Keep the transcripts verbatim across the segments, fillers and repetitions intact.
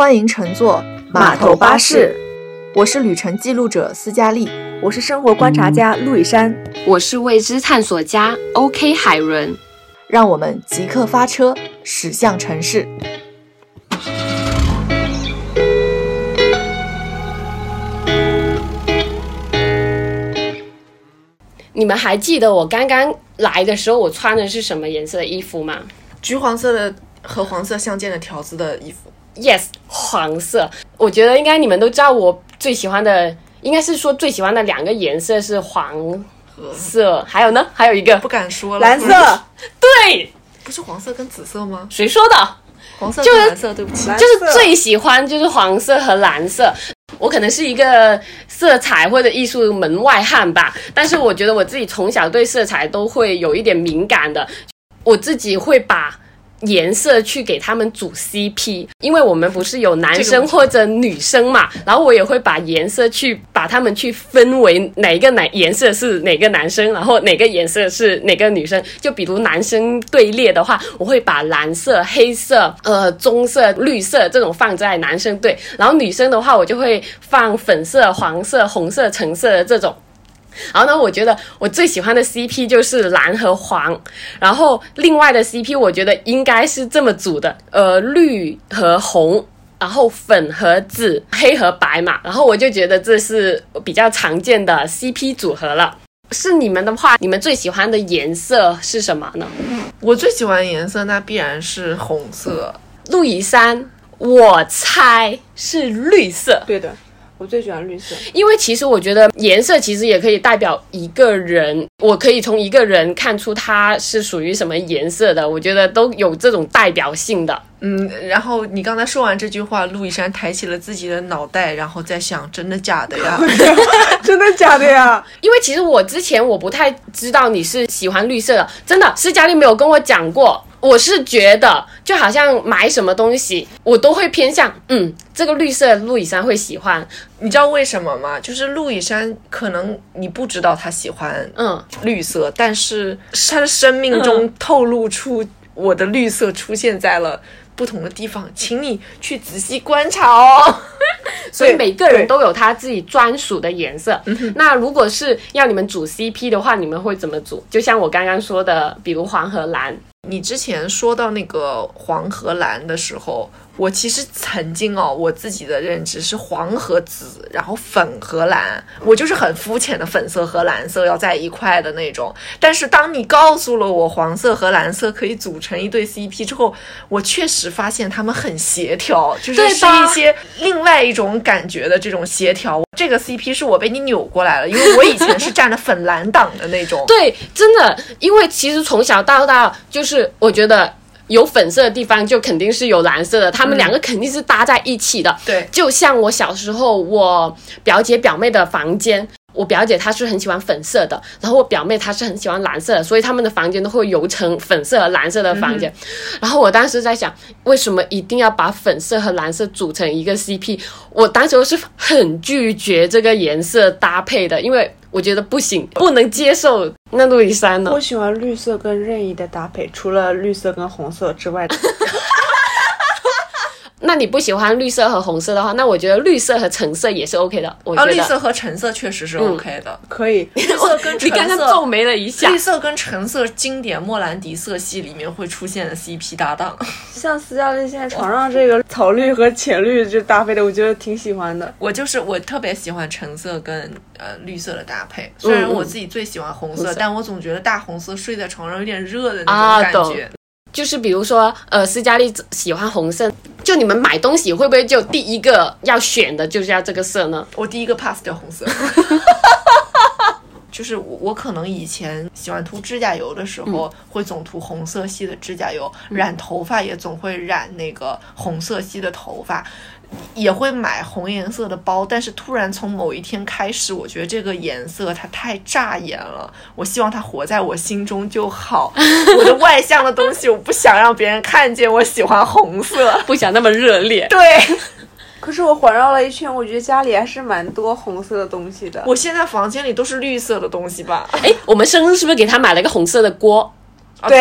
欢迎乘坐码头巴士。 我是旅程记录者斯嘉丽， 我是生活观察家陆以山， 我是未知探索家 OK 海伦。 让我们即刻发车，驶向城市。 你们还记得我刚刚来的时候我穿的是什么颜色的衣服吗？ 橘黄色的和黄色相间的条子的衣服。 Yes， 黄色。我觉得应该你们都知道我最喜欢的，应该是说最喜欢的两个颜色是黄色，还有呢还有一个不敢说了， 蓝色。 对， 不是黄色跟紫色吗？ 谁说的？ 黄色跟蓝色，对不起， 就是最喜欢就是黄色和蓝色。我可能是一个色彩或者艺术门外汉吧，但是我觉得我自己从小对色彩都会有一点敏感的，我自己会把颜色去给他们组 C P， 因为我们不是有男生或者女生嘛，然后我也会把颜色去把他们去分为哪一个哪颜色是哪个男生，然后哪个颜色是哪个女生。就比如男生队列的话，我会把蓝色、黑色、呃棕色、绿色这种放在男生队，然后女生的话我就会放粉色、黄色、红色、橙色的这种。然后呢，我觉得我最喜欢的 C P 就是蓝和黄，然后另外的 C P 我觉得应该是这么组的，呃，绿和红，然后粉和紫，黑和白嘛，然后我就觉得这是比较常见的 C P 组合了。是你们的话，你们最喜欢的颜色是什么呢？ 我最喜欢的颜色那必然是红色。 陆以山，我猜是绿色。 对的，我最喜欢绿色， 因为其实我觉得颜色其实也可以代表一个人，我可以从一个人看出他是属于什么颜色的，我觉得都有这种代表性的。 嗯，然后你刚才说完这句话，陆以山抬起了自己的脑袋，然后在想，真的假的呀？ 真的假的呀？ 因为其实我之前我不太知道你是喜欢绿色的，真的，施嘉丽没有跟我讲过。我是觉得就好像买什么东西我都会偏向嗯这个绿色陆以山会喜欢。 你知道为什么吗？就是陆以山可能你不知道他喜欢嗯绿色，但是他的生命中透露出我的绿色出现在了不同的地方，请你去仔细观察哦。 所以每个人都有他自己专属的颜色。那如果是要你们组 C P 的话，你们会怎么组？就像我刚刚说的，比如黄和蓝。 你之前说到那个黄和蓝的时候，我其实曾经哦，我自己的认知是黄和紫，然后粉和蓝，我就是很肤浅的粉色和蓝色要在一块的那种。但是当你告诉了我黄色和蓝色可以组成一对 C P 之后，我确实发现他们很协调，就是是一些另外一种感觉的这种协调。这个 C P 是我被你扭过来了，因为我以前是站的粉蓝党的那种。 对，真的，因为其实从小到大，就是我觉得有粉色的地方就肯定是有蓝色的，他们两个肯定是搭在一起的。 对、嗯， 就像我小时候，我表姐表妹的房间，我表姐她是很喜欢粉色的，然后我表妹她是很喜欢蓝色的，所以他们的房间都会油成粉色和蓝色的房间、嗯、然后我当时在想，为什么一定要把粉色和蓝色组成一个 C P？ 我当时是很拒绝这个颜色搭配的，因为我觉得不行，不能接受。那陆以山呢？ 我喜欢绿色跟任意的搭配，除了绿色跟红色之外的。 那你不喜欢绿色和红色的话，那我觉得绿色和橙色也是 OK 的。我觉得、 哦、绿色和橙色确实是 OK 的、 嗯、可以。 绿色跟橙色你刚刚皱眉了一下。 绿色跟橙色经典莫兰迪色系里面会出现的 C P 搭档， 像斯嘉丽现在床上这个草绿和浅绿就搭配的，我觉得挺喜欢的。 我就是我特别喜欢橙色跟呃绿色的搭配，虽然我自己最喜欢红色、嗯、但我总觉得大红色睡在床上有点热的那种感觉、啊、 就是比如说呃斯嘉丽喜欢红色，就你们买东西会不会就第一个要选的就是要这个色呢？ 我第一个 pass 掉红色。就是我我可能以前喜欢涂指甲油的时候、嗯、会总涂红色系的指甲油、嗯、染头发也总会染那个红色系的头发，也会买红颜色的包，但是突然从某一天开始，我觉得这个颜色它太扎眼了，我希望它活在我心中就好。我的外向的东西我不想让别人看见我喜欢红色， 不想那么热烈。 对， 可是我环绕了一圈，我觉得家里还是蛮多红色的东西的。 我现在房间里都是绿色的东西吧。 哎，我们生日是不是给他买了一个红色的锅？ 啊、对，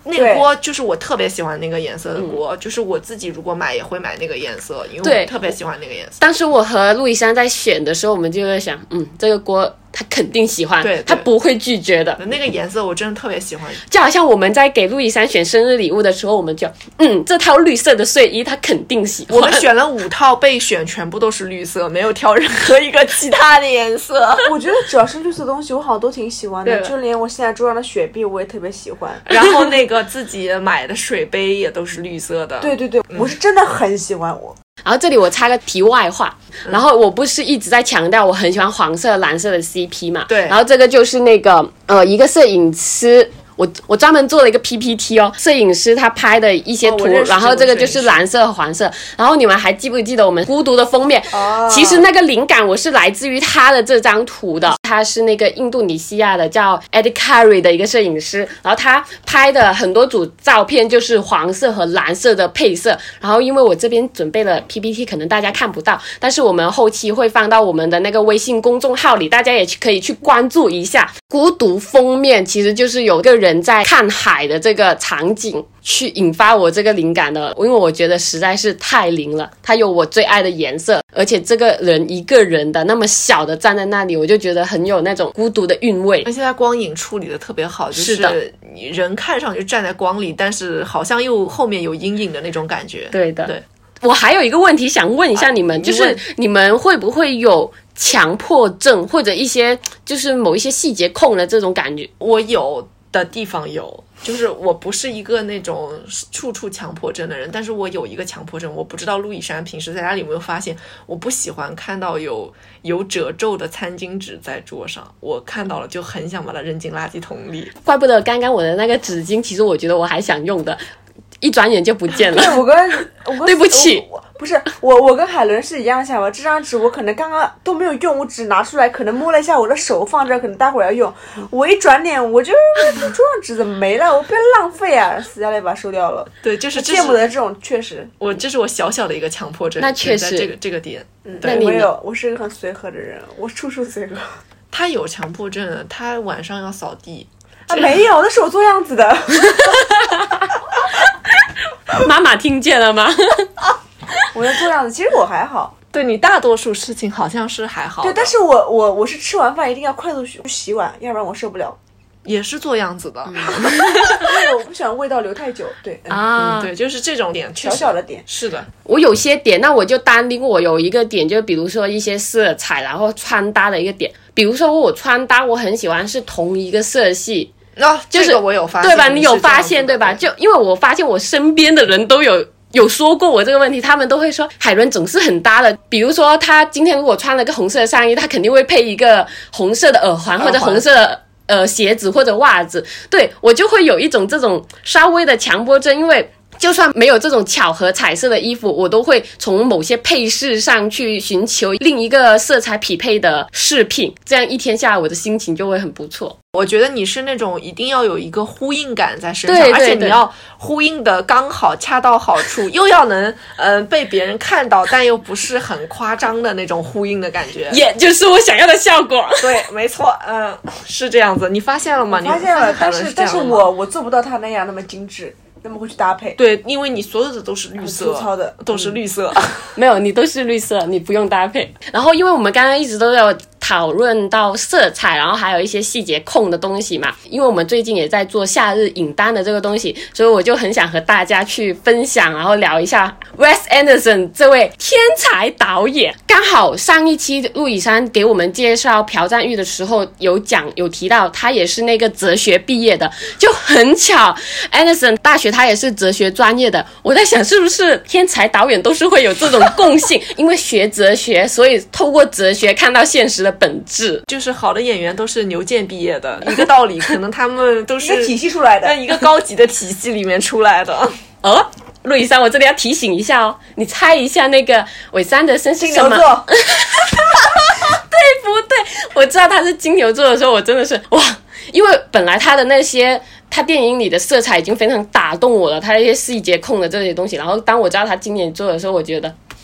那个锅就是我特别喜欢那个颜色的锅，嗯、就是我自己如果买也会买那个颜色，因为我特别喜欢那个颜色。 当时我和路易珊在选的时候，我们就在想，嗯，这个锅他肯定喜欢， 对对， 他不会拒绝的。 那个颜色我真的特别喜欢， 就好像我们在给路易珊选生日礼物的时候，我们就嗯，这套绿色的睡衣他肯定喜欢。 我们选了五套备选，全部都是绿色，没有挑任何一个其他的颜色。 我觉得只要是绿色的东西，我好像都挺喜欢的，就连我现在桌上的雪碧我也特别喜欢。 然后那个自己买的水杯也都是绿色的。 对对对，嗯、我是真的很喜欢我。 然后这里我插个题外话，然后我不是一直在强调我很喜欢黄色蓝色的 C P 嘛？ 对。 然后这个就是那个呃一个摄影师，我我专门做了一个 P P T 哦，摄影师他拍的一些图，哦、然后这个就是蓝色和黄色。然后你们还记不记得我们孤独的封面？哦。其实那个灵感我是来自于他的这张图的，他是那个印度尼西亚的叫 Eddie Carey 的一个摄影师，然后他拍的很多组照片就是黄色和蓝色的配色。然后因为我这边准备了 P P T， 可能大家看不到，但是我们后期会放到我们的那个微信公众号里，大家也可以去关注一下。孤独封面其实就是有个人在看海的这个场景去引发我这个灵感的，因为我觉得实在是太灵了，它有我最爱的颜色，而且这个人一个人的那么小的站在那里，我就觉得很有那种孤独的韵味。 而且它光影处理的特别好，就是你人看上去站在光里，但是好像又后面有阴影的那种感觉。 对的， 对。 我还有一个问题想问一下你们，啊、就是你们会不会有强迫症或者一些就是某一些细节控的这种感觉？ 我有的地方有，就是我不是一个那种处处强迫症的人，但是我有一个强迫症。我不知道路易珊平时在家里有没有发现，我不喜欢看到有有褶皱的餐巾纸在桌上，我看到了就很想把它扔进垃圾桶里。 怪不得刚刚我的那个纸巾，其实我觉得我还想用的，一转眼就不见了。 对，我跟我跟对不起， 我不是我，我跟海伦是一样想法。这张纸我可能刚刚都没有用，我只拿出来，可能摸了一下我的手放这，可能待会儿要用。我一转脸，我就桌上纸怎么没了？我不要浪费啊！死下来把它收掉了。 对，就是见不得这种，确实， 我这是我小小的一个强迫症。 那确实， 这个这个点， 嗯，那你没有，我是一个很随和的人，我处处随和。 他有强迫症，他晚上要扫地。 啊，没有，那是我做样子的。 妈妈听见了吗？ 我要做样子，其实我还好。 对，你大多数事情好像是还好。 对，但是我我我是吃完饭一定要快速去洗碗，要不然我受不了。 也是做样子的，嗯、 因为我不喜欢味道留太久。对啊、 嗯，对，就是这种点， 小小的点。 是的， 我有些点，那我就单拎我有一个点，就比如说一些色彩，然后穿搭的一个点。比如说我穿搭，我很喜欢是同一个色系。 啊， 就是这个我有发现， 对吧？你有发现对吧？就因为我发现我身边的人都有有说过我这个问题，他们都会说海伦总是很搭的。比如说他今天如果穿了个红色的上衣，他肯定会配一个红色的耳环或者红色的呃鞋子或者袜子。对，我就会有一种这种稍微的强迫症，因为就算没有这种巧合彩色的衣服，我都会从某些配饰上去寻求另一个色彩匹配的饰品，这样一天下来我的心情就会很不错。 我觉得你是那种一定要有一个呼应感在身上， 对对对， 而且你要呼应的刚好恰到好处，又要能嗯、呃、被别人看到，但又不是很夸张的那种呼应的感觉， 也就是我想要的效果。 对，没错，嗯，是这样子。你发现了吗？ 我发现了，但是但是我我做不到他那样那么精致。那么会去搭配， 对，因为你所有的都是绿色， 粗糙的都是绿色， 嗯、没有，你都是绿色，你不用搭配。然后，因为我们刚刚一直都有讨论到色彩，然后还有一些细节控的东西嘛。因为我们最近也在做夏日影单的这个东西，所以我就很想和大家去分享，然后聊一下 Wes Anderson 这位天才导演。刚好上一期陆以山给我们介绍朴赞郁的时候，有讲有提到他也是那个哲学毕业的，就很巧 Anderson 大学他也是哲学专业的。我在想是不是天才导演都是会有这种共性，因为学哲学，所以透过哲学看到现实的本质。 就是好的演员都是牛剑毕业的，一个道理，可能他们都是一个体系出来的， 一个高级的体系里面出来的。 哦，路易莎，我这里要提醒一下哦，你猜一下那个韦斯安德森是什么？ 金牛座。 对不对？我知道他是金牛座的时候，我真的是哇，因为本来他的那些他电影里的色彩已经非常打动我了，他那些细节控的这些东西，然后当我知道他今年做的时候，我觉得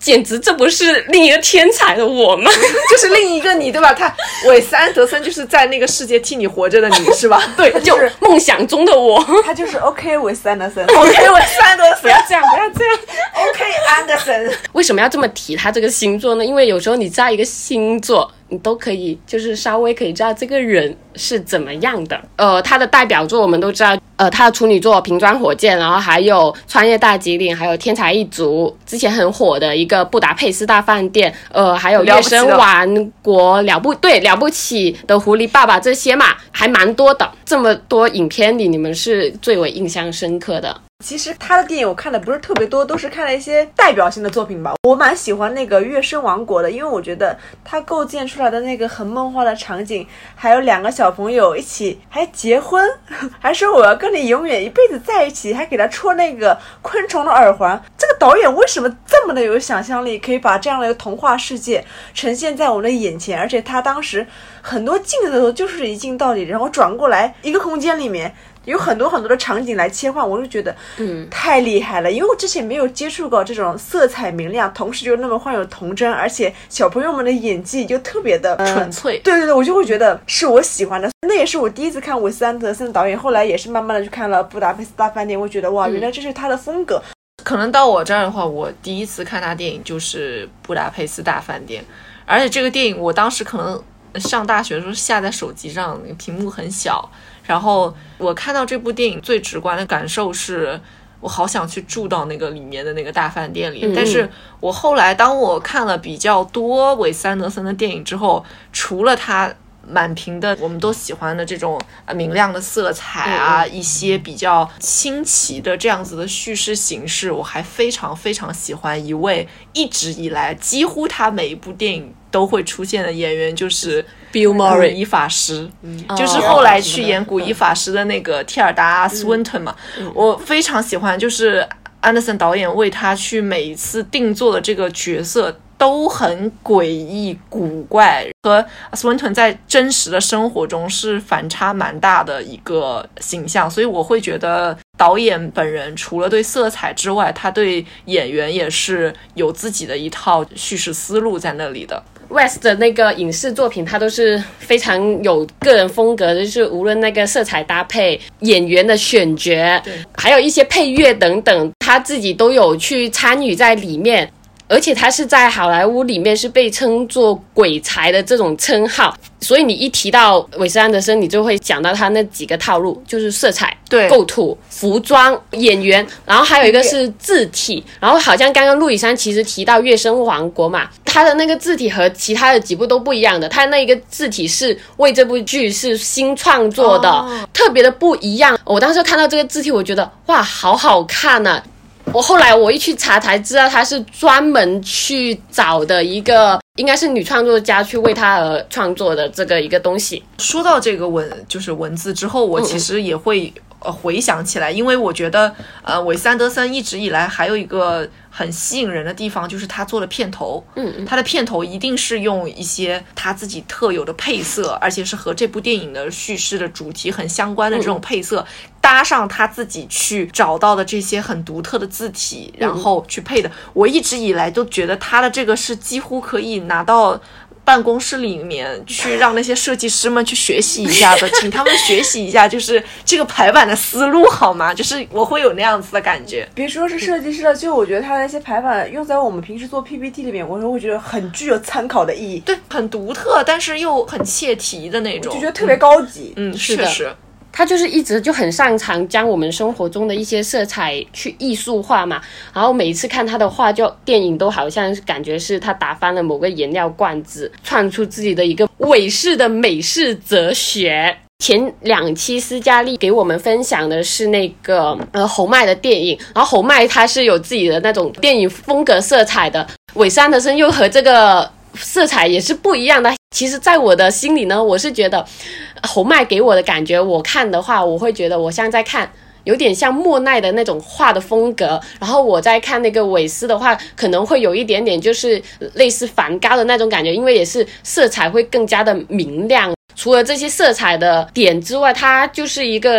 简直这不是另一个天才的我吗？ 就是另一个你，对吧？他韦斯安德森就是在那个世界替你活着的你，是吧？ 对，就梦想中的我。 他就是 OK 韦斯安德森 OK 韦斯安德森， 不要这样，不要这样。 OK 安德森。 为什么要这么提他这个星座呢？因为有时候你知道一个星座，你都可以就是稍微可以知道这个人是怎么样的。呃，他的代表作我们都知道，呃，他的处女作《瓶装火箭》，然后还有《穿越大吉岭》，还有《天才一族》，之前很火的一个《布达佩斯大饭店》，呃，还有《月升王国》了不对了不起的狐狸爸爸这些嘛，还蛮多的。这么多影片里，你们是最为印象深刻的？ 其实他的电影我看的不是特别多，都是看了一些代表性的作品吧。我蛮喜欢那个《月升王国》的，因为我觉得他构建出来的那个很梦幻的场景，还有两个小朋友一起还结婚，还说我要跟你永远一辈子在一起，还给他戳那个昆虫的耳环。这个导演为什么这么的有想象力，可以把这样的一个童话世界呈现在我们的眼前？而且他当时很多镜头就是一镜到底，然后转过来一个空间里面有很多很多的场景来切换，我就觉得嗯太厉害了，因为我之前没有接触过这种色彩明亮，同时又那么患有童真，而且小朋友们的演技就特别的纯粹、 嗯、对对对，我就会觉得是我喜欢的。那也是我第一次看韦斯安德森的导演，后来也是慢慢的去看了《布达佩斯大饭店》，我觉得哇，原来这是他的风格。 可能到我这儿的话，我第一次看他电影就是《布达佩斯大饭店》，而且这个电影我当时可能上大学的时候下在手机上，屏幕很小，然后我看到这部电影最直观的感受是我好想去住到那个里面的那个大饭店里、嗯、但是我后来当我看了比较多韦斯安德森的电影之后，除了他满屏的我们都喜欢的这种明亮的色彩啊、嗯、一些比较清奇的这样子的叙事形式，我还非常非常喜欢一位一直以来几乎他每一部电影都会出现的演员，就是 Bill Murray 古一法师、嗯、就是后来去演古一法师的那个蒂尔达·斯温顿嘛、嗯嗯、我非常喜欢，就是安德森导演为他去每一次定做的这个角色都很诡异古怪，和斯温顿在真实的生活中是反差蛮大的一个形象，所以我会觉得导演本人除了对色彩之外，他对演员也是有自己的一套叙事思路在那里的。 West 的那个影视作品，它都是非常有个人风格的，就是无论那个色彩搭配、演员的选角，还有一些配乐等等，他自己都有去参与在里面。而且他是在好莱坞里面是被称作鬼才的这种称号，所以你一提到韦斯安德森，你就会讲到他那几个套路，就是色彩、 对构图、服装、演员，然后还有一个是字体。然后好像刚刚路易珊其实提到《月升王国》嘛，他的那个字体和其他的几部都不一样的，他那个字体是为这部剧是新创作的、哦、特别的不一样。我当时看到这个字体，我觉得哇，好好看啊！我后来我一去查才知道他是专门去找的一个应该是女创作家去为他而创作的这个一个东西。 说到这个文就是文字之后，我其实也会呃回想起来，因为我觉得呃韦斯安德森一直以来还有一个很吸引人的地方，就是他做的片头，嗯，他的片头一定是用一些他自己特有的配色，而且是和这部电影的叙事的主题很相关的这种配色，嗯，搭上他自己去找到的这些很独特的字体，然后去配的。我一直以来都觉得他的这个是几乎可以拿到办公室里面去让那些设计师们去学习一下的，请他们学习一下，就是这个排版的思路好吗？就是我会有那样子的感觉。 别说是设计师了，就我觉得他的那些排版用在我们平时做 P P T 里面，我会觉得很具有参考的意义。 对，很独特，但是又很切题的那种， 就觉得特别高级。 嗯，确实。 他就是一直就很擅长将我们生活中的一些色彩去艺术化嘛，然后每一次看他的画就电影都好像感觉是他打翻了某个颜料罐子，创出自己的一个伪式的美式哲学。前两期斯嘉丽给我们分享的是那个呃侯麦的电影，然后侯麦他是有自己的那种电影风格色彩的，韦斯安德森又和这个色彩也是不一样的。其实在我的心里呢，我是觉得侯麦给我的感觉，我看的话我会觉得我像在看有点像莫奈的那种画的风格，然后我在看那个韦斯的话可能会有一点点就是类似梵高的那种感觉，因为也是色彩会更加的明亮。除了这些色彩的点之外，它就是一个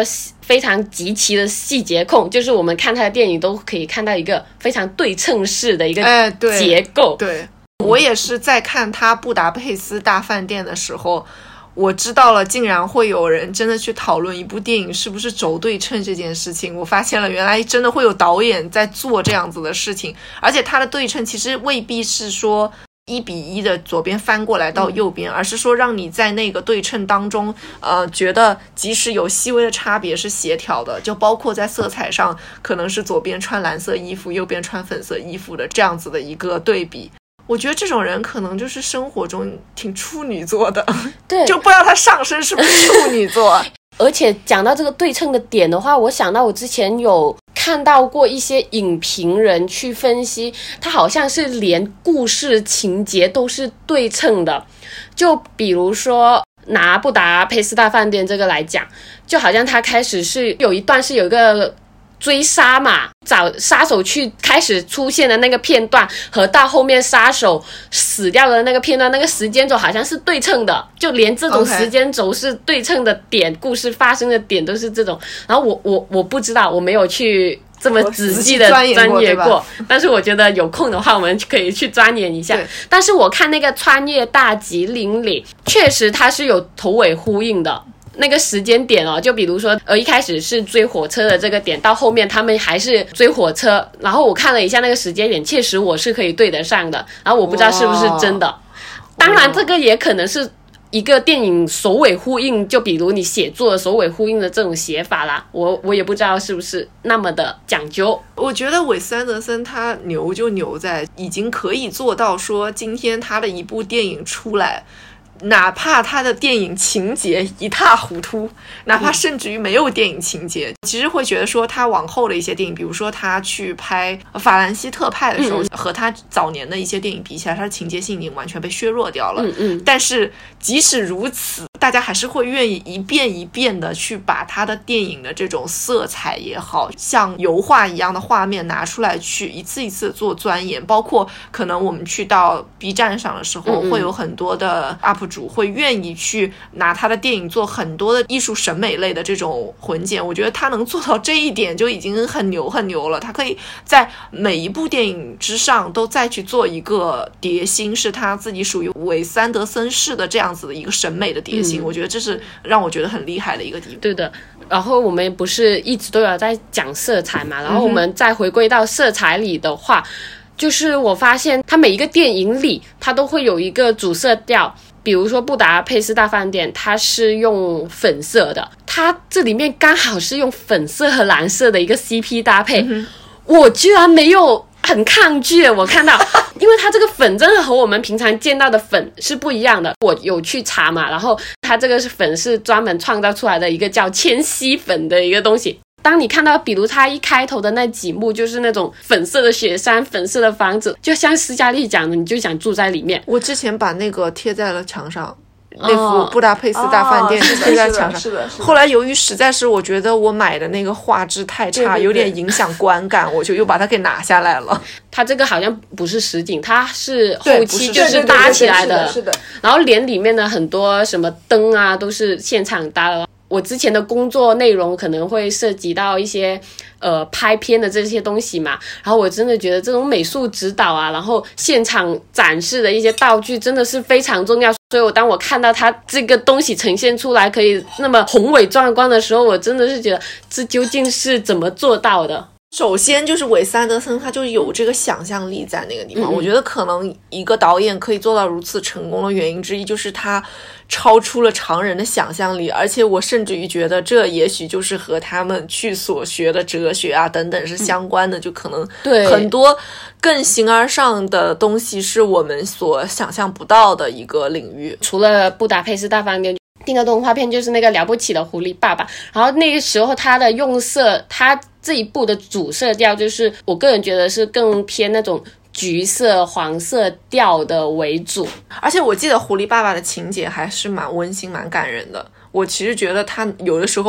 非常极其的细节控，就是我们看他的电影都可以看到一个非常对称式的一个结构。 哎、对, 对我也是在看他布达佩斯大饭店的时候，我知道了竟然会有人真的去讨论一部电影是不是轴对称这件事情。我发现了原来真的会有导演在做这样子的事情，而且他的对称其实未必是说一比一的左边翻过来到右边、嗯、而是说让你在那个对称当中呃，觉得即使有细微的差别是协调的，就包括在色彩上可能是左边穿蓝色衣服右边穿粉色衣服的这样子的一个对比。我觉得这种人可能就是生活中挺处女座的， 对， 就不知道他上身是不是处女座。 而且讲到这个对称的点的话，我想到我之前有看到过一些影评人去分析，他好像是连故事情节都是对称的。就比如说拿布达佩斯大饭店这个来讲，就好像他开始是有一段是有一个追杀嘛，找杀手去开始出现的那个片段和到后面杀手死掉的那个片段，那个时间轴好像是对称的，就连这种时间轴是对称的点、okay. 故事发生的点都是这种。然后我我我不知道，我没有去这么仔细的钻研 过, 研过但是我觉得有空的话我们可以去钻研一下。但是我看那个穿越大吉岭里确实它是有头尾呼应的，那个时间点哦，就比如说呃，一开始是追火车的这个点，到后面他们还是追火车，然后我看了一下那个时间点，确实我是可以对得上的，然后我不知道是不是真的。当然这个也可能是一个电影首尾呼应，就比如你写作的首尾呼应的这种写法啦，我我也不知道是不是那么的讲究。 我觉得韦斯安德森他牛就牛在已经可以做到说今天他的一部电影出来，哪怕他的电影情节一塌糊涂，哪怕甚至于没有电影情节、嗯、其实会觉得说他往后的一些电影，比如说他去拍法兰西特派的时候、嗯、和他早年的一些电影比起来，他的情节性已经完全被削弱掉了。嗯嗯。但是即使如此，大家还是会愿意一遍一遍的去把他的电影的这种色彩也好，像油画一样的画面拿出来去一次一次做钻研。包括可能我们去到 B 站上的时候、嗯、会有很多的 U P主会愿意去拿他的电影做很多的艺术审美类的这种混剪。我觉得他能做到这一点就已经很牛很牛了，他可以在每一部电影之上都再去做一个叠星，是他自己属于韦斯安德森式的这样子的一个审美的叠星、嗯、我觉得这是让我觉得很厉害的一个地方。 对的。然后我们不是一直都有在讲色彩嘛，然后我们再回归到色彩里的话、嗯、就是我发现它每一个电影里它都会有一个主色调，比如说布达佩斯大饭店它是用粉色的，它这里面刚好是用粉色和蓝色的一个 C P 搭配、嗯、我居然没有很抗拒。我看到因为它这个粉真的和我们平常见到的粉是不一样的，我有去查嘛，然后它这个是粉是专门创造出来的一个叫千禧粉的一个东西。当你看到比如它一开头的那几幕就是那种粉色的雪山粉色的房子，就像斯嘉丽讲的，你就想住在里面。 我之前把那个贴在了墙上，那幅布达佩斯大饭店贴在墙上、哦、是的, 是的, 是的。后来由于实在是我觉得我买的那个画质太差，对对对，有点影响观感，我就又把它给拿下来了。 它这个好像不是实景，它是后期就是搭起来的， 是的。 然后连里面的很多什么灯啊都是现场搭的。我之前的工作内容可能会涉及到一些呃拍片的这些东西嘛，然后我真的觉得这种美术指导啊，然后现场展示的一些道具真的是非常重要。所以我当我看到它这个东西呈现出来可以那么宏伟壮观的时候，我真的是觉得这究竟是怎么做到的。 首先就是韦斯安德森他就有这个想象力在那个地方、嗯、我觉得可能一个导演可以做到如此成功的原因之一就是他超出了常人的想象力，而且我甚至于觉得这也许就是和他们去所学的哲学啊等等是相关的、嗯、就可能很多更形而上的东西是我们所想象不到的一个领域。 除了布达佩斯大饭店，定的动画片就是那个了不起的狐狸爸爸，然后那个时候他的用色，他这一部的主色调就是我个人觉得是更偏那种橘色黄色调的为主。 而且我记得狐狸爸爸的情节还是蛮温馨蛮感人的，我其实觉得他有的时候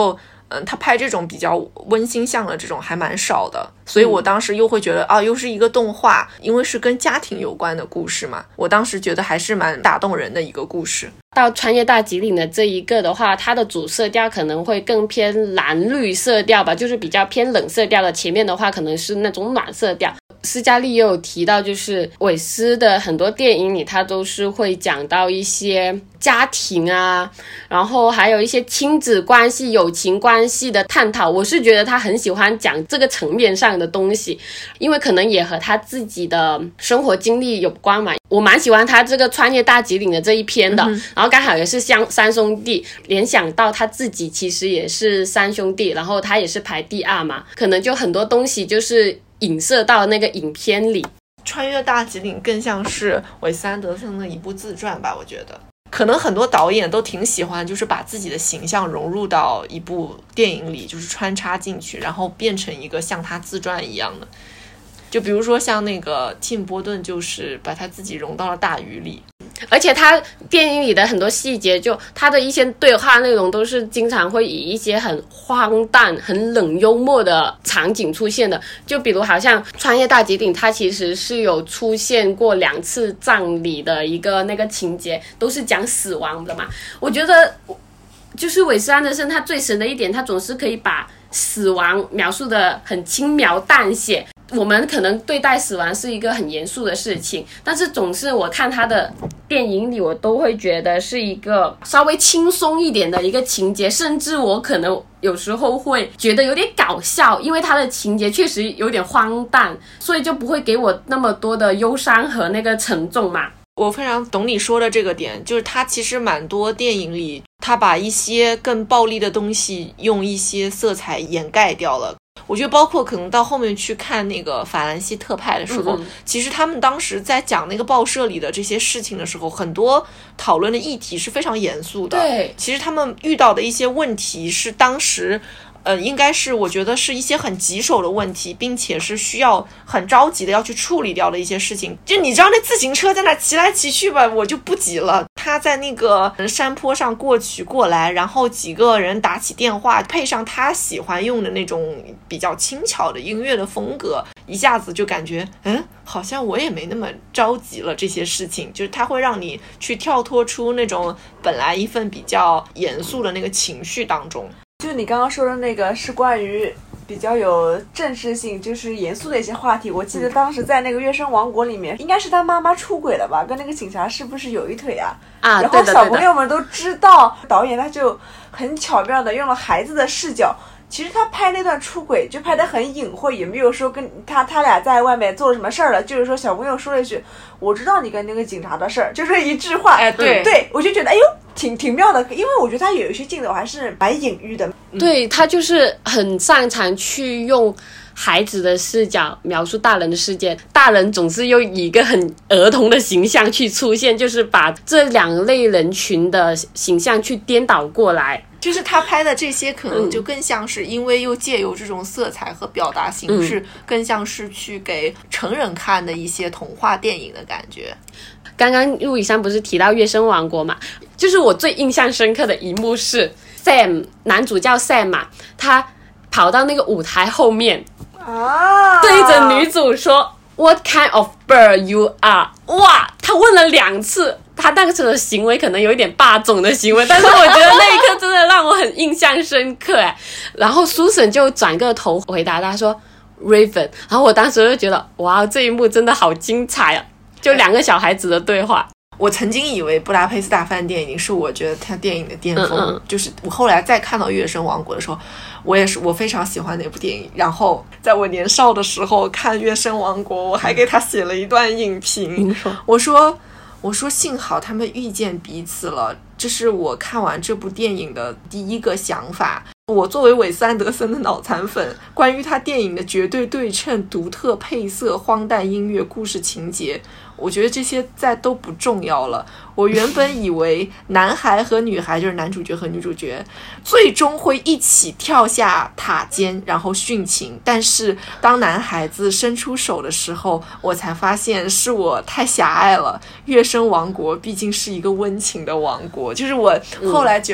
嗯，他拍这种比较温馨向的这种还蛮少的，所以我当时又会觉得啊，又是一个动画，因为是跟家庭有关的故事嘛，我当时觉得还是蛮打动人的一个故事。 到穿越大吉岭的这一个的话，它的主色调可能会更偏蓝绿色调吧，就是比较偏冷色调的，前面的话可能是那种暖色调。斯嘉丽也有提到，就是韦斯的很多电影里他都是会讲到一些家庭啊，然后还有一些亲子关系、友情关系的探讨。我是觉得他很喜欢讲这个层面上的东西，因为可能也和他自己的生活经历有关嘛。我蛮喜欢他这个穿越大吉岭的这一篇的、嗯、然后刚好也是像三兄弟，联想到他自己其实也是三兄弟，然后他也是排第二嘛，可能就很多东西就是影射到那个影片里。 穿越大吉岭更像是韦斯安德森的一部自传吧，我觉得可能很多导演都挺喜欢就是把自己的形象融入到一部电影里，就是穿插进去，然后变成一个像他自传一样的。就比如说像那个蒂姆·波顿，就是把他自己融到了大鱼里， 而且他电影里的很多细节，就他的一些对话内容都是经常会以一些很荒诞很冷幽默的场景出现的。就比如好像穿越大吉岭，他其实是有出现过两次葬礼的一个那个情节，都是讲死亡的嘛。我觉得就是韦斯安德森他最神的一点，他总是可以把死亡描述的很轻描淡写。我们可能对待死亡是一个很严肃的事情，但是总是我看他的电影里，我都会觉得是一个稍微轻松一点的一个情节，甚至我可能有时候会觉得有点搞笑，因为他的情节确实有点荒诞，所以就不会给我那么多的忧伤和那个沉重嘛。 我非常懂你说的这个点，就是他其实蛮多电影里他把一些更暴力的东西用一些色彩掩盖掉了。我觉得包括可能到后面去看那个法兰西特派的时候、嗯、其实他们当时在讲那个报社里的这些事情的时候，很多讨论的议题是非常严肃的。 对， 其实他们遇到的一些问题是当时呃，应该是我觉得是一些很棘手的问题，并且是需要很着急的要去处理掉的一些事情。就你知道那自行车在那骑来骑去吧，我就不急了。他在那个山坡上过去过来，然后几个人打起电话，配上他喜欢用的那种比较轻巧的音乐的风格，一下子就感觉嗯，好像我也没那么着急了。这些事情就是它会让你去跳脱出那种本来一份比较严肃的那个情绪当中。 就你刚刚说的那个是关于比较有正式性就是严肃的一些话题，我记得当时在那个月升王国里面、嗯、应该是他妈妈出轨了吧，跟那个警察是不是有一腿啊？ 啊， 然后小朋友们都知道，导演他就很巧妙的用了孩子的视角，其实他拍那段出轨就拍得很隐晦，也没有说跟他他俩在外面做了什么事儿了，就是说小朋友说了一句我知道你跟那个警察的事儿，就是一句话。 哎，对、 嗯、对，我就觉得哎呦挺挺妙的，因为我觉得他有一些镜头还是蛮隐喻的。 对，他就是很擅长去用孩子的视角描述大人的世界，大人总是用一个很儿童的形象去出现，就是把这两类人群的形象去颠倒过来。 就是他拍的这些可能就更像是因为又借由这种色彩和表达形式、嗯、更像是去给成人看的一些童话电影的感觉。 刚刚陆以山不是提到月升王国嘛，就是我最印象深刻的一幕是 Sam 男主叫 Sam 嘛，他跑到那个舞台后面啊， 对着女主说 What kind of bird you are？ 哇，他问了两次，他那个时候的行为可能有一点霸总的行为，但是我觉得那一刻真的让我很印象深刻哎。然后苏婶就转个头回答他说 Raven， 然后我当时就觉得哇，这一幕真的好精彩啊，就两个小孩子的对话。 我曾经以为布达佩斯大饭店已经是我觉得他电影的巅峰，嗯嗯，就是我后来再看到月升王国的时候，我也是我非常喜欢那部电影。然后在我年少的时候看月升王国，我还给他写了一段影评， 说我说我说幸好他们遇见彼此了，这是我看完这部电影的第一个想法。我作为韦斯安德森的脑残粉，关于他电影的绝对对称、独特配色、荒诞音乐、故事情节，我觉得这些再都不重要了。我原本以为男孩和女孩，就是男主角和女主角，最终会一起跳下塔尖然后殉情，但是当男孩子伸出手的时候，我才发现是我太狭隘了。月升王国毕竟是一个温情的王国，就是我后来觉得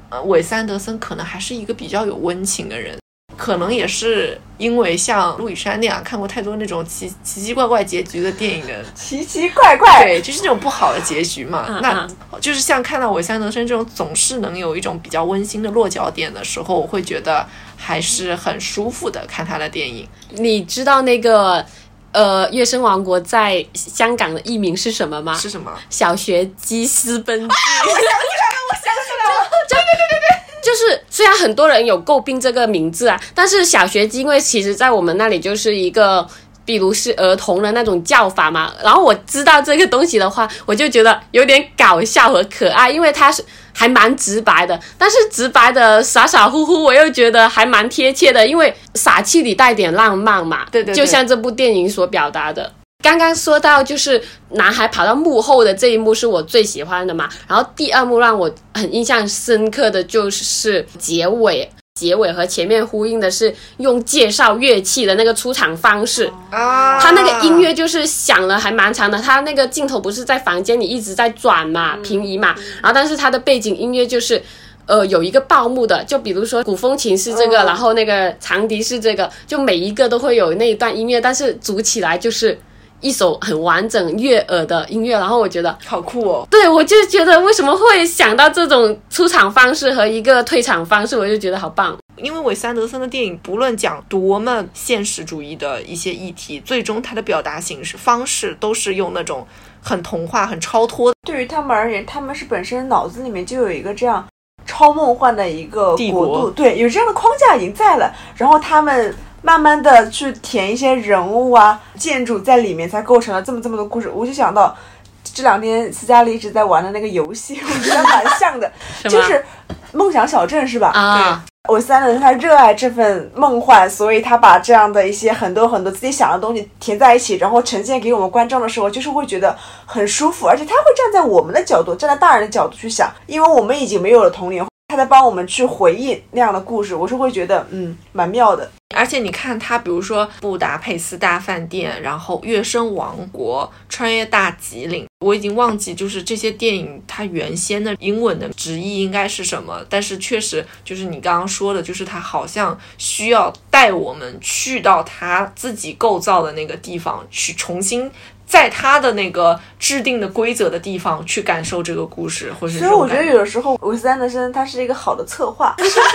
呃，韦斯安德森可能还是一个比较有温情的人。可能也是因为像路易莎那样看过太多那种奇奇奇怪怪结局的电影的， 奇奇怪怪， 对，就是这种不好的结局嘛。 嗯、 那就是像看到韦斯安德森这种总是能有一种比较温馨的落脚点的时候，我会觉得还是很舒服的看他的电影。 你知道那个呃，月升王国在香港的译名是什么吗？ 是什么？ 小学鸡私奔记。 我想起来了，我想起来了， 对对对对对。就是虽然很多人有诟病这个名字啊，但是小学鸡因为其实在我们那里就是一个比如是儿童的那种叫法嘛，然后我知道这个东西的话，我就觉得有点搞笑和可爱，因为它是还蛮直白的，但是直白的傻傻乎乎我又觉得还蛮贴切的，因为傻气里带点浪漫嘛， 对对对， 就像这部电影所表达的。刚刚说到就是男孩跑到幕后的这一幕是我最喜欢的嘛，然后第二幕让我很印象深刻的就是结尾，结尾和前面呼应的是用介绍乐器的那个出场方式啊， 他那个音乐就是响了还蛮长的，他那个镜头不是在房间里一直在转嘛，平移嘛，然后但是他的背景音乐就是呃，有一个报幕的，就比如说古风琴是这个、哦、然后那个长笛是这个，就每一个都会有那一段音乐，但是组起来就是一首很完整悦耳的音乐，然后我觉得好酷哦。 对，我就觉得为什么会想到这种出场方式和一个退场方式，我就觉得好棒。 因为韦斯安德森的电影不论讲多么现实主义的一些议题，最终他的表达形式方式都是用那种很童话很超脱的。 对于他们而言，他们是本身脑子里面就有一个这样超梦幻的一个国度，对，有这样的框架已经在了，然后他们慢慢的去填一些人物啊建筑在里面，才构成了这么这么多故事。我就想到这两天斯嘉丽一直在玩的那个游戏，我觉得蛮像的就是梦想小镇，是吧？ 啊， 对，韦斯安德森他热爱这份梦幻，所以他把这样的一些很多很多自己想的东西填在一起，然后呈现给我们观众的时候，就是会觉得很舒服，而且他会站在我们的角度，站在大人的角度去想，因为我们已经没有了童年，他在帮我们去回忆那样的故事，我是会觉得嗯蛮妙的。 而且你看他比如说布达佩斯大饭店，然后月升王国，穿越大吉岭，我已经忘记就是这些电影它原先的英文的直译应该是什么，但是确实就是你刚刚说的，就是他好像需要带我们去到他自己构造的那个地方，去重新在他的那个制定的规则的地方去感受这个故事，或是所以我觉得有的时候韦斯安德森他是一个好的策划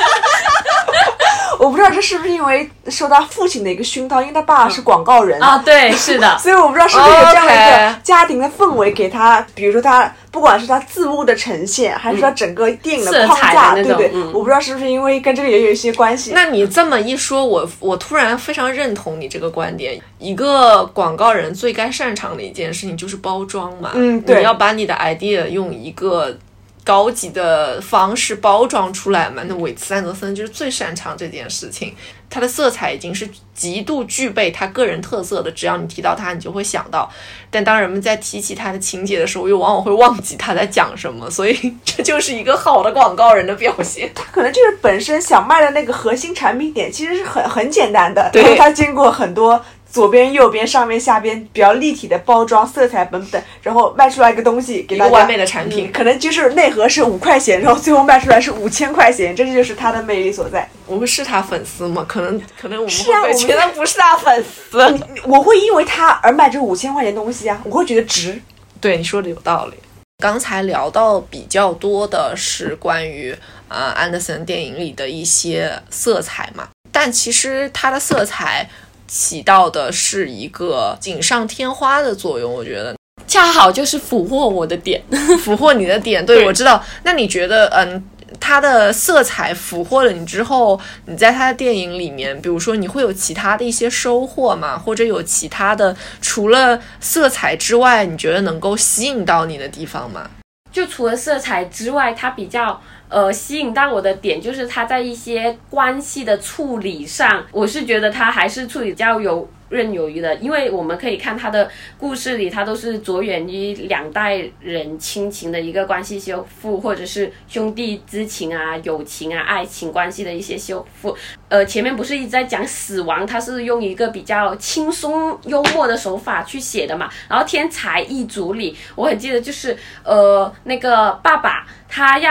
我不知道这是不是因为受他父亲的一个熏陶，因为他爸是广告人啊、哦，对，是的， 所以我不知道是不是有这样的一个家庭的氛围给他， okay. 比如说他不管是他字幕的呈现，还是他整个电影的框架， 嗯、 对不对、 嗯？ 我不知道是不是因为跟这个也有一些关系。 那你这么一说，我我突然非常认同你这个观点。一个广告人最该擅长的一件事情就是包装嘛， 嗯，对， 你要把你的 idea 用一个高级的方式包装出来嘛，那韦斯安德森就是最擅长这件事情，他的色彩已经是极度具备他个人特色的，只要你提到他你就会想到，但当人们在提起他的情节的时候又往往会忘记他在讲什么，所以这就是一个好的广告人的表现。 他可能就是本身想卖的那个核心产品点其实是很很简单的， 对， 然后他经过很多左边右边上面下边比较立体的包装色彩本本，然后卖出来一个东西给大家， 一个完美的产品、 嗯、可能就是内核是五块钱，然后最后卖出来是五千块钱，这就是他的魅力所在。 我们是他粉丝吗？可能可能我们是啊， 会觉得不是他粉丝， 我会因为他而卖这五千块钱东西啊，我会觉得值。 对，你说的有道理。刚才聊到比较多的是关于呃安德森电影里的一些色彩嘛，但其实他的色彩起到的是一个锦上添花的作用，我觉得恰好就是俘获我的点俘获你的点， 对, 对我知道。那你觉得嗯，它的色彩俘获了你之后，你在它的电影里面比如说你会有其他的一些收获吗？或者有其他的除了色彩之外你觉得能够吸引到你的地方吗？ 就除了色彩之外，它比较呃吸引到我的点就是它在一些关系的处理上，我是觉得它还是处理比较游刃有余的，因为我们可以看它的故事里，它都是着眼于两代人亲情的一个关系修复，或者是兄弟之情啊、友情啊、爱情关系的一些修复。呃，前面不是一直在讲死亡，它是用一个比较轻松幽默的手法去写的嘛。然后天才一族里，我很记得就是呃那个爸爸他要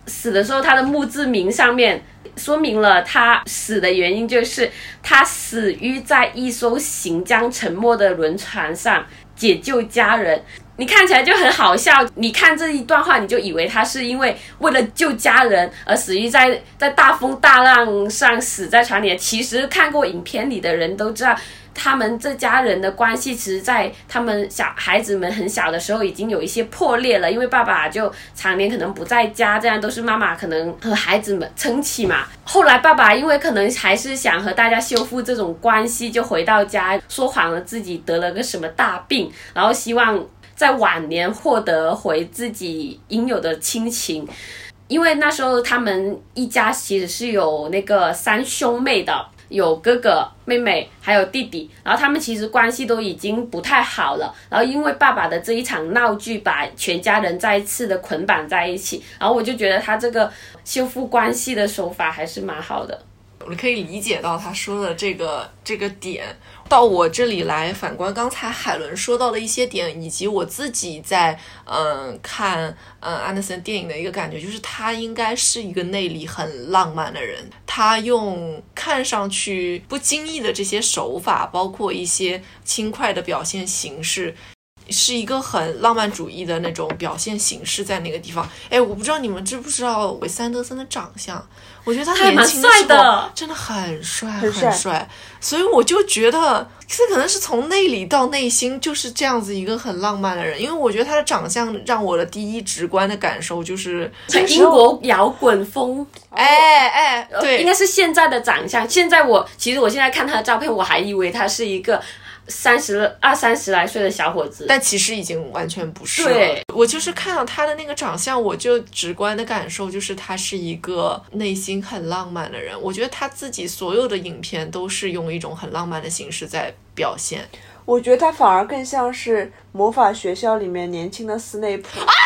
死的时候，他的墓志铭上面说明了他死的原因，就是他死于在一艘行将沉没的轮船上解救家人。你看起来就很好笑，你看这一段话你就以为他是因为为了救家人而死于在在大风大浪上死在船里。其实看过影片里的人都知道，他们这家人的关系其实在他们小孩子们很小的时候已经有一些破裂了，因为爸爸就常年可能不在家，这样都是妈妈可能和孩子们撑起嘛。后来爸爸因为可能还是想和大家修复这种关系，就回到家说谎了自己得了个什么大病，然后希望在晚年获得回自己应有的亲情。因为那时候他们一家其实是有那个三兄妹的，有哥哥妹妹还有弟弟，然后他们其实关系都已经不太好了，然后因为爸爸的这一场闹剧把全家人再一次的捆绑在一起，然后我就觉得他这个修复关系的手法还是蛮好的。 我可以理解到他说的这个这个点。到我这里来反观刚才海伦说到的一些点，以及我自己在嗯看嗯安德森电影的一个感觉，就是他应该是一个内里很浪漫的人。他用看上去不经意的这些手法，包括一些轻快的表现形式，是一个很浪漫主义的那种表现形式在那个地方。哎，我不知道你们知不知道韦斯安德森的长相，我觉得他年轻的时候真的很帅很帅，很帅，所以我就觉得这可能是从内里到内心就是这样子一个很浪漫的人。因为我觉得他的长相让我的第一直观的感受就是英国摇滚风， 哎哎，对， 应该是现在的长相。现在我其实我现在看他的照片，我还以为他是一个三十二三十来岁的小伙子， 但其实已经完全不是了。 对， 我就是看到他的那个长相，我就直观的感受就是他是一个内心很浪漫的人。我觉得他自己所有的影片都是用一种很浪漫的形式在表现。 我觉得他反而更像是魔法学校里面年轻的斯内普啊！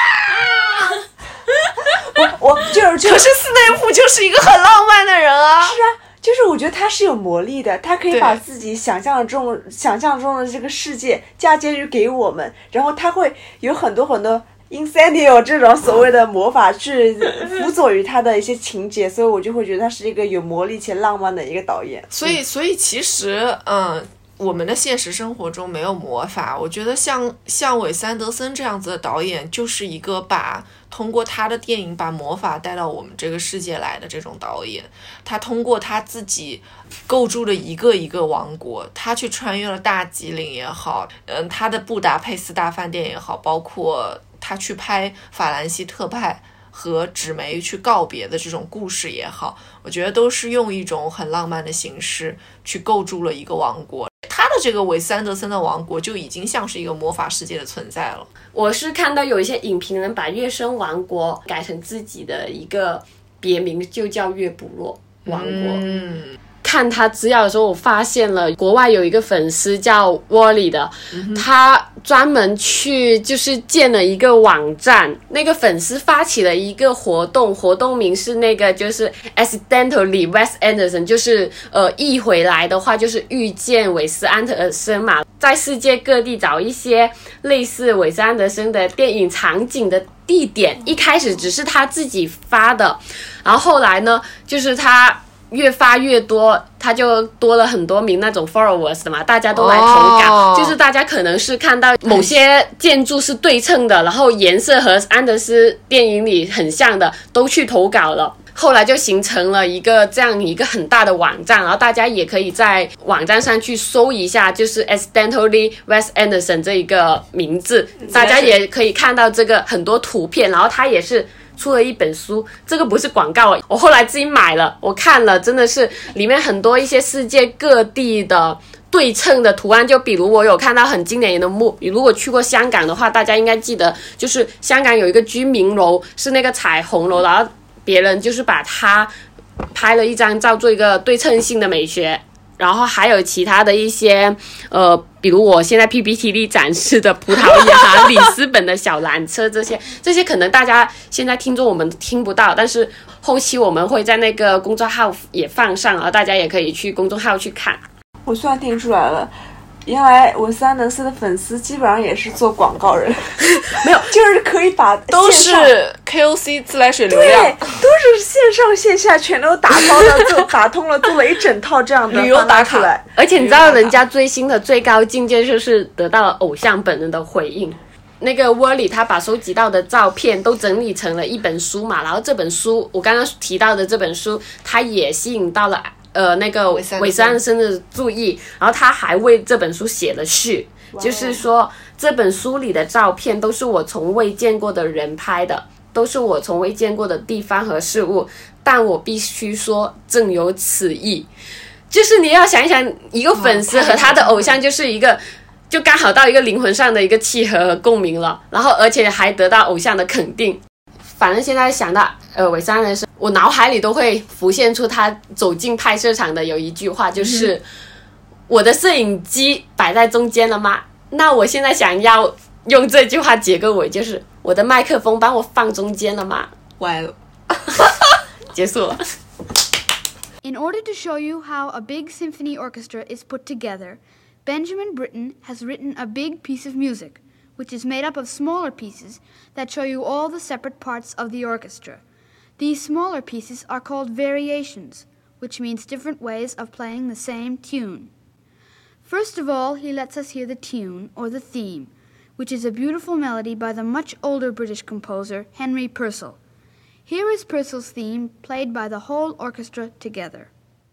我我就是就可是斯内普就是一个很浪漫的人啊。 是啊，就是我觉得他是有魔力的，他可以把自己想象中想象中的这个世界嫁接于给我们，然后他会有很多很多 incentive 这种所谓的魔法去辅佐于他的一些情节，所以我就会觉得他是一个有魔力且浪漫的一个导演。 所以所以其实嗯我们的现实生活中没有魔法，我觉得像像韦斯安德森这样子的导演就是一个把通过他的电影把魔法带到我们这个世界来的这种导演。他通过他自己构筑了一个一个王国，他去穿越了大吉岭也好，嗯，他的布达佩斯大饭店也好，包括他去拍法兰西特派和纸媒去告别的这种故事也好，我觉得都是用一种很浪漫的形式去构筑了一个王国。他的这个韦斯安德森的王国就已经像是一个魔法世界的存在了。 我是看到有一些影评人把月升王国改成自己的一个别名，就叫月不落王国。 嗯， 看他资料的时候，我发现了国外有一个粉丝叫 Wally 的、嗯、他专门去就是建了一个网站，那个粉丝发起了一个活动，活动名是那个就是 Accidentally Wes Anderson， 就是呃译回来的话就是遇见韦斯安德森嘛，在世界各地找一些类似韦斯安德森的电影场景的地点。一开始只是他自己发的，然后后来呢就是他越发越多，他就多了很多名那种 followers 的嘛，大家都来投稿、oh. 就是大家可能是看到某些建筑是对称的，然后颜色和安德斯电影里很像的都去投稿了，后来就形成了一个这样一个很大的网站，然后大家也可以在网站上去搜一下就是 Accidentally Wes Anderson 这一个名字，大家也可以看到这个很多图片，然后他也是出了一本书，这个不是广告，我后来自己买了，我看了，真的是里面很多一些世界各地的对称的图案，就比如我有看到很经典的幕，如果去过香港的话，大家应该记得，就是香港有一个居民楼是那个彩虹楼，然后别人就是把它拍了一张照做一个对称性的美学。然后还有其他的一些呃，比如我现在 P P T 里展示的葡萄牙里斯本的小缆车，这些这些可能大家现在听众我们听不到，但是后期我们会在那个公众号也放上，然后大家也可以去公众号去看。 我虽然听出来了， 原来我三能四的粉丝基本上也是做广告人， 没有， 就是可以把都线上是 K O C 自来水流对， 量， 都是线上线下全都打包了，做打通了，做了一整套这样的旅游打卡出来。 而且你知道人家追星的最高境界就是得到了偶像本人的回应。那个窝里他把收集到的照片都整理成了一本书嘛，然后这本书我刚刚提到的这本书，它也吸引到了呃那个韦斯安森的注意，然后他还为这本书写了序，就是说这本书里的照片都是我从未见过的人拍的，都是我从未见过的地方和事物，但我必须说正有此意。就是你要想一想，一个粉丝和他的偶像就是一个就刚好到一个灵魂上的一个契合和共鸣了，然后而且还得到偶像的肯定。反正现在想到呃韦斯安森，我脑海里都会浮现出他走进拍摄场的有一句话，就是、嗯、我的摄影机摆在中间了吗？那我现在想要用这句话结个尾，就是我的麦克风帮我放中间了吗？ 歪了结束了。 In order to show you how a big symphony orchestra is put together, Benjamin Britten has written a big piece of music, which is made up of smaller pieces that show you all the separate parts of the orchestra. These smaller pieces are called variations, which means different ways of playing the same tune. First of all, he lets us hear the tune, or the theme, which is a beautiful melody by the much older British composer Henry Purcell. Here is Purcell's theme, played by the whole orchestra together.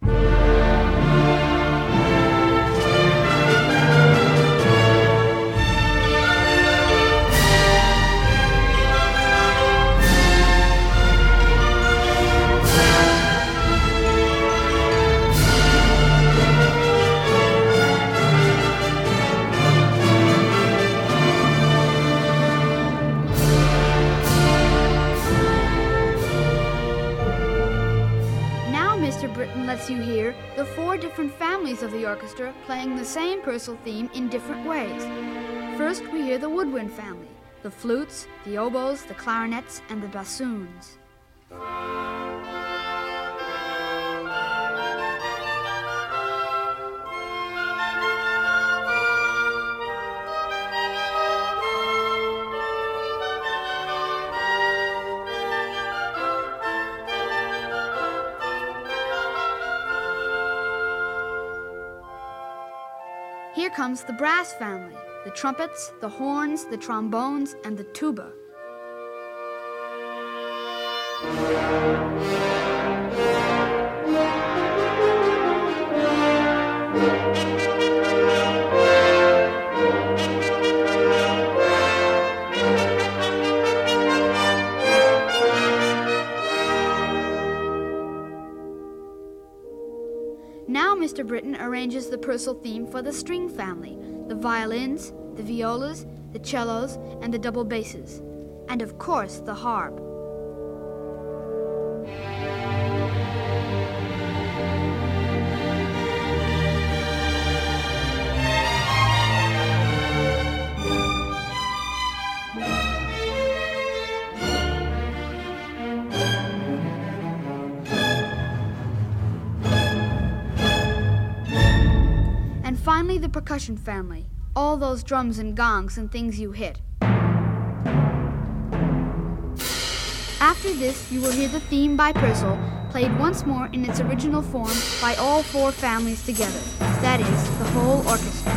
Mister Britten lets you hear the four different families of the orchestra playing the same Purcell theme in different ways. First, we hear the woodwind family, the flutes, the oboes, the clarinets, and the bassoons. Here comes the brass family, the trumpets, the horns, the trombones, and the tuba. Now Mister Britten arranges the Purcell theme for the string family, the violins, the violas, the cellos, and the double basses, and of course the harp. Finally, the percussion family, all those drums and gongs and things you hit. After this, you will hear the theme by Purcell played once more in its original form by all four families together, that is, the whole orchestra.